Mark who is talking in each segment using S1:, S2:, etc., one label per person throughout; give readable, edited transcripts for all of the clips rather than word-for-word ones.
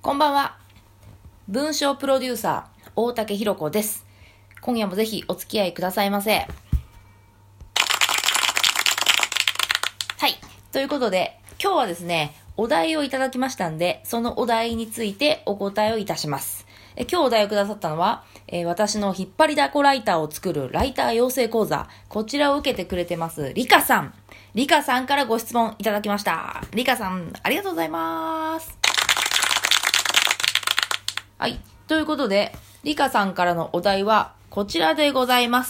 S1: こんばんは。文章プロデューサー大竹ひろ子です。今夜もぜひお付き合いくださいませ。はい、ということで今日はですね、お題をいただきましたんで、そのお題についてお答えをいたします。今日お題をくださったのは、私の引っ張りだこライターを作るライター養成講座、こちらを受けてくれてますリカさんからご質問いただきました。リカさん、ありがとうございます。はい。ということで、リカさんからのお題はこちらでございます。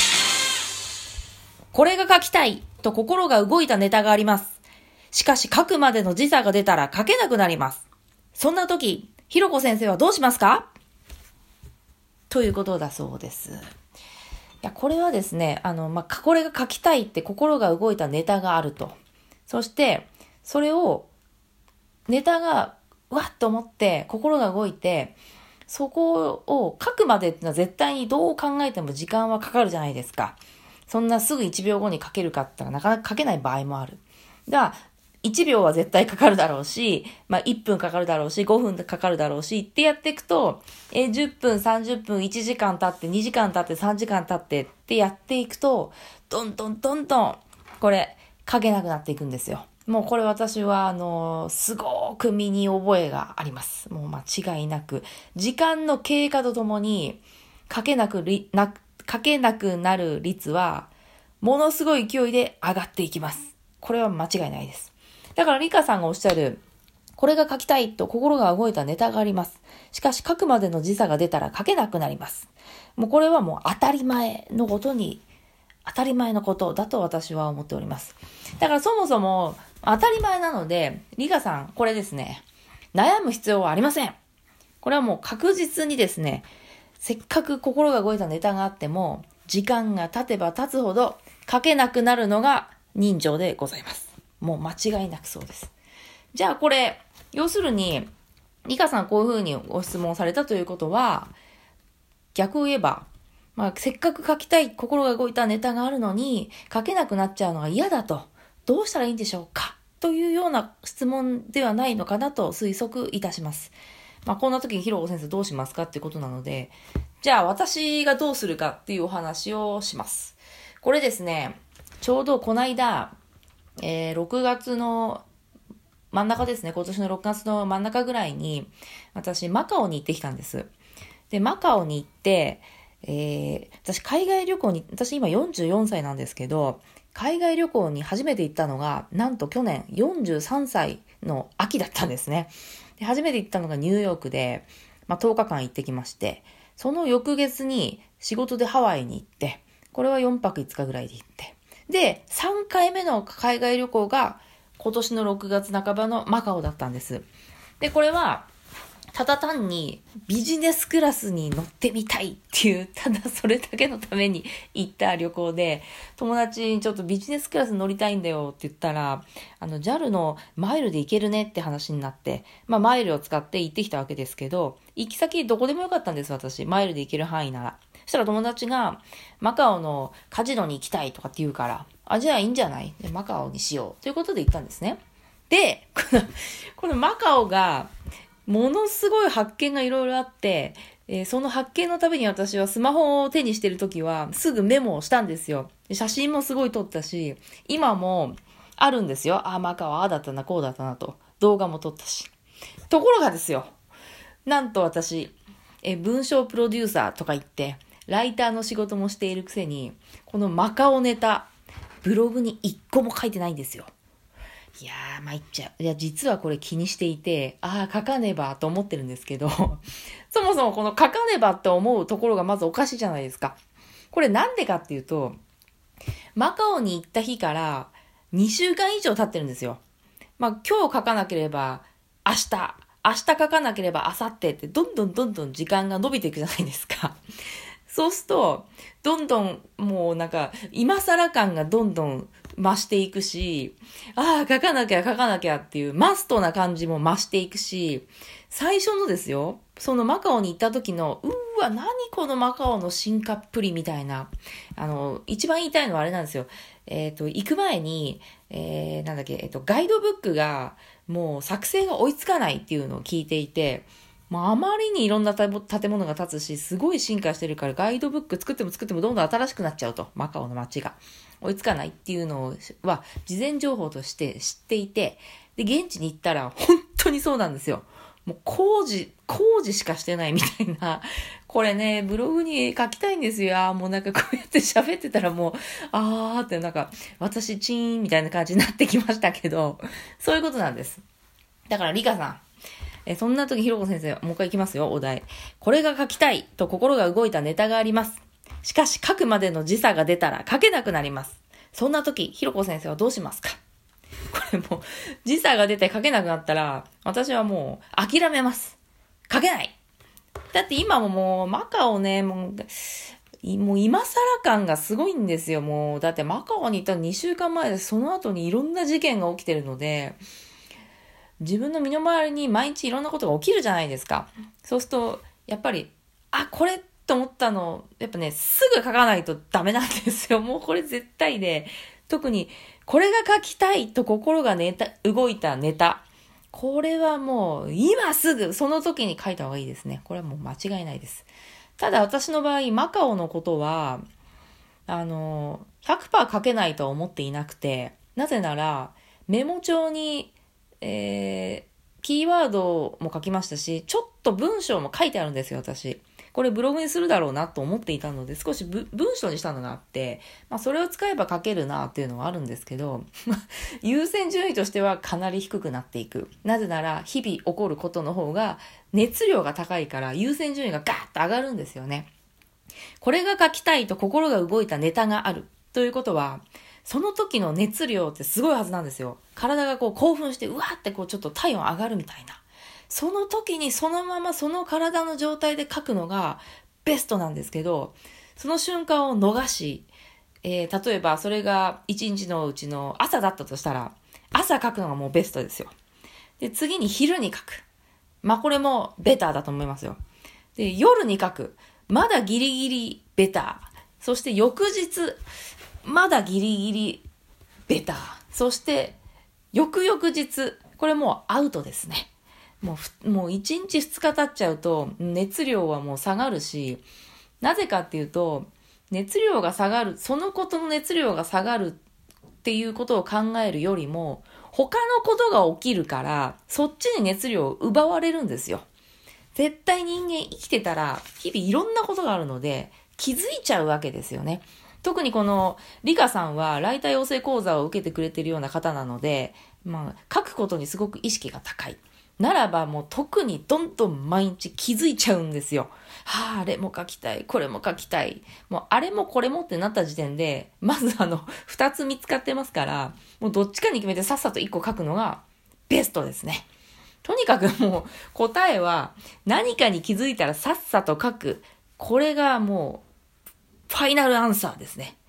S1: これが書きたいと心が動いたネタがあります。しかし書くまでの時差が出たら書けなくなります。そんな時、ひろこ先生はどうしますか？ということだそうです。いや、これはですね、これが書きたいって心が動いたネタがあると。そして、それを、ネタが、わっと思って、心が動いて、そこを書くまでっていうのは絶対にどう考えても時間はかかるじゃないですか。そんなすぐ1秒後に書けるかって言ったらなかなか書けない場合もある。だから、1秒は絶対かかるだろうし、1分かかるだろうし、5分かかるだろうしってやっていくと、10分、30分、1時間経って、2時間経って、3時間経ってってやっていくと、どんどん、これ、書けなくなっていくんですよ。もうこれ私は、すごく身に覚えがあります。もう間違いなく。時間の経過とともに、書けなくなる率は、ものすごい勢いで上がっていきます。これは間違いないです。だからリカさんがおっしゃる、これが書きたいと心が動いたネタがあります。しかし書くまでの時差が出たら書けなくなります。もうこれはもう当たり前のことだと私は思っております。だからそもそも当たり前なので、リカさん、これですね、悩む必要はありません。これはもう確実にですね、せっかく心が動いたネタがあっても、時間が経てば経つほど書けなくなるのが人情でございます。もう間違いなくそうです。じゃあこれ、要するに、リカさんこういうふうにご質問されたということは、逆を言えば、せっかく書きたい心が動いたネタがあるのに、書けなくなっちゃうのが嫌だと、どうしたらいいんでしょうかというような質問ではないのかなと推測いたします。こんな時にひろこ先生どうしますかっていうことなので、じゃあ私がどうするかっていうお話をします。これですね、ちょうどこの間、6月の真ん中ですね、今年の6月の真ん中ぐらいに、私、マカオに行ってきたんです。で、マカオに行って、私、海外旅行に、私今44歳なんですけど、海外旅行に初めて行ったのが、なんと去年43歳の秋だったんですね。で、初めて行ったのがニューヨークで、10日間行ってきまして、その翌月に仕事でハワイに行って、これは4泊5日ぐらいで行って、で、3回目の海外旅行が今年の6月半ばのマカオだったんです。で、これは、ただ単にビジネスクラスに乗ってみたいっていう、ただそれだけのために行った旅行で、友達にちょっとビジネスクラス乗りたいんだよって言ったら、JAL のマイルで行けるねって話になって、マイルを使って行ってきたわけですけど、行き先どこでもよかったんです、私。マイルで行ける範囲なら。そしたら友達が、マカオのカジノに行きたいとかって言うから、じゃあいいんじゃない？でマカオにしよう。ということで行ったんですね。で、このマカオが、ものすごい発見がいろいろあって、その発見のために私はスマホを手にしてるときはすぐメモをしたんですよ。写真もすごい撮ったし、今もあるんですよ。マカオああだったな、こうだったなと。動画も撮ったし。ところがですよ。なんと私、文章プロデューサーとか言って、ライターの仕事もしているくせに、このマカオネタ、ブログに1個も書いてないんですよ。いやー、参っちゃう。いや、実はこれ気にしていて、書かねばと思ってるんですけど、そもそもこの書かねばって思うところがまずおかしいじゃないですか。これなんでかっていうと、マカオに行った日から2週間以上経ってるんですよ。今日書かなければ明日書かなければ明後日ってどんどん時間が伸びていくじゃないですか。そうすると、どんどんもう今更感がどんどん増していくし、書かなきゃっていうマストな感じも増していくし、最初のですよ、そのマカオに行った時の、何このマカオの進化っぷりみたいな、一番言いたいのはあれなんですよ。行く前に、ガイドブックが、 もう作成が追いつかないっていうのを聞いていて、あまりにいろんな建物が建つし、すごい進化してるからガイドブック作ってもどんどん新しくなっちゃうと。マカオの街が。追いつかないっていうのは事前情報として知っていて、で、現地に行ったら本当にそうなんですよ。もう工事しかしてないみたいな。これね、ブログに書きたいんですよ。もうなんかこうやって喋ってたらもう、ってなんか、私チーンみたいな感じになってきましたけど、そういうことなんです。だからリカさん、そんな時ひろこ先生、もう一回いきますよ、お題。これが書きたいと心が動いたネタがあります。しかし書くまでの時差が出たら書けなくなります。そんな時、ひろこ先生はどうしますか？これもう、時差が出て書けなくなったら、私はもう諦めます。書けない。だって今もうマカオね、もう今更感がすごいんですよ。もう、だってマカオに行ったら2週間前で、その後にいろんな事件が起きてるので、自分の身の回りに毎日いろんなことが起きるじゃないですか。そうすると、やっぱり、これと思ったの、やっぱね、すぐ書かないとダメなんですよ。もうこれ絶対で、特に、これが書きたいと心が動いたネタ。これはもう、今すぐ、その時に書いた方がいいですね。これはもう間違いないです。ただ私の場合、マカオのことは、100% 書けないとは思っていなくて、なぜなら、メモ帳に、キーワードも書きましたし、ちょっと文章も書いてあるんですよ、私。これブログにするだろうなと思っていたので、少し文章にしたのがあって、それを使えば書けるなっていうのはあるんですけど、優先順位としてはかなり低くなっていく。なぜなら、日々起こることの方が熱量が高いから優先順位がガーッと上がるんですよね。これが書きたいと心が動いたネタがあるということは、その時の熱量ってすごいはずなんですよ。体がこう興奮して、うわーってこうちょっと体温上がるみたいな。その時にそのままその体の状態で書くのがベストなんですけど、その瞬間を逃し、例えばそれが一日のうちの朝だったとしたら、朝書くのがもうベストですよ。で、次に昼に書く。これもベターだと思いますよ。で、夜に書く。まだギリギリベター。そして翌日、まだギリギリベター。そして翌々日、これもうアウトですね。もう1日2日経っちゃうと熱量はもう下がるし、なぜかっていうと、熱量が下がる、そのことの熱量が下がるっていうことを考えるよりも、他のことが起きるから、そっちに熱量を奪われるんですよ。絶対人間生きてたら、日々いろんなことがあるので、気づいちゃうわけですよね。特にこのリカさんはライター養成講座を受けてくれてるような方なので、書くことにすごく意識が高い。ならばもう特にどんどん毎日気づいちゃうんですよ。あれも書きたい、これも書きたい。もうあれもこれもってなった時点で、まず2つ見つかってますから、もうどっちかに決めてさっさと1個書くのがベストですね。とにかくもう答えは何かに気づいたらさっさと書く。これがもうファイナルアンサーですね。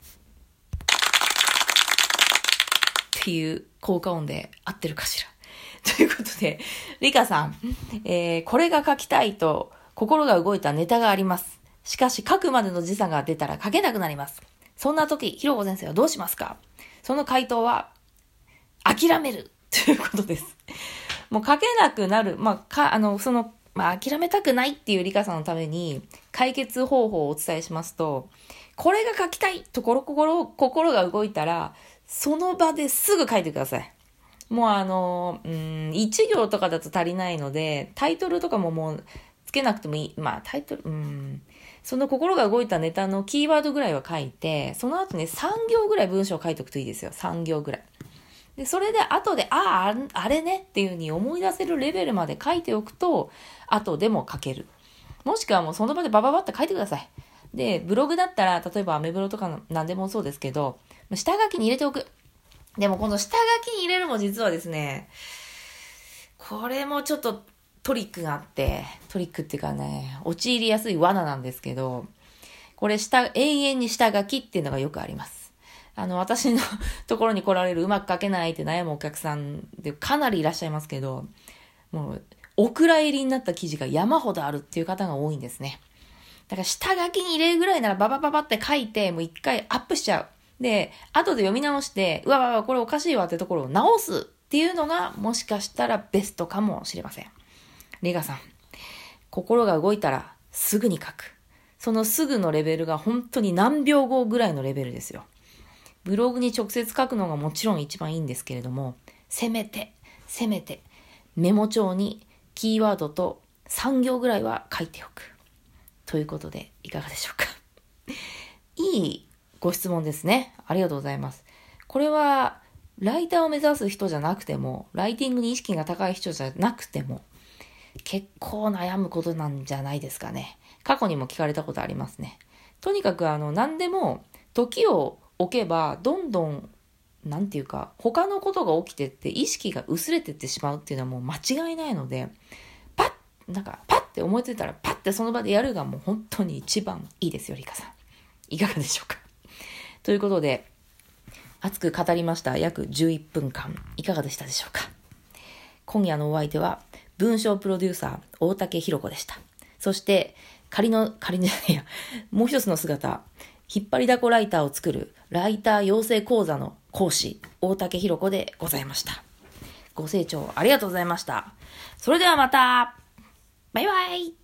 S1: っていう効果音で合ってるかしら。ということで、リカさん、これが書きたいと心が動いたネタがあります。しかし書くまでの時差が出たら書けなくなります。そんな時、ひろこ先生はどうしますか？その回答は、諦めるということです。もう書けなくなる、諦めたくないっていうリカさんのために解決方法をお伝えしますと、これが書きたいと心が動いたら、その場ですぐ書いてください。もう1行とかだと足りないので、タイトルとかももうつけなくてもいい。タイトル、その心が動いたネタのキーワードぐらいは書いて、その後ね、3行ぐらい文章を書いておくといいですよ。3行ぐらい。で、それで後で、あれねっていう風に思い出せるレベルまで書いておくと、後でも書ける。もしくはもうその場でバババって書いてください。で、ブログだったら、例えばアメブロとかの何でもそうですけど、下書きに入れておく。でもこの下書きに入れるも実はですね、これもちょっとトリックがあって、トリックっていうかね、陥りやすい罠なんですけど、これ永遠に下書きっていうのがよくあります。私のところに来られるうまく書けないって悩むお客さんでかなりいらっしゃいますけど、もうお蔵入りになった記事が山ほどあるっていう方が多いんですね。だから下書きに入れるぐらいならババババって書いて、もう一回アップしちゃう。で、後で読み直して、うわ、これおかしいわってところを直すっっていうのがもしかしたらベストかもしれません。リカさん、心が動いたらすぐに書く。そのすぐのレベルが本当に何秒後ぐらいのレベルですよ。ブログに直接書くのがもちろん一番いいんですけれども、せめてメモ帳にキーワードと3行ぐらいは書いておく。ということでいかがでしょうか。いいご質問ですね。ありがとうございます。これはライターを目指す人じゃなくても、ライティングに意識が高い人じゃなくても、結構悩むことなんじゃないですかね。過去にも聞かれたことありますね。とにかく何でも時を置けばどんどん他のことが起きてって意識が薄れてってしまうっていうのはもう間違いないので、パッて思いついたらパッてその場でやるがもう本当に一番いいですよ、リカさん。いかがでしょうか。ということで熱く語りました約11分間いかがでしたでしょうか。今夜のお相手は文章プロデューサー大竹ひろ子でした。そしてもう一つの姿、引っ張りだこライターを作るライター養成講座の講師大竹ひろ子でございました。ご清聴ありがとうございました。それではまた。バイバイ。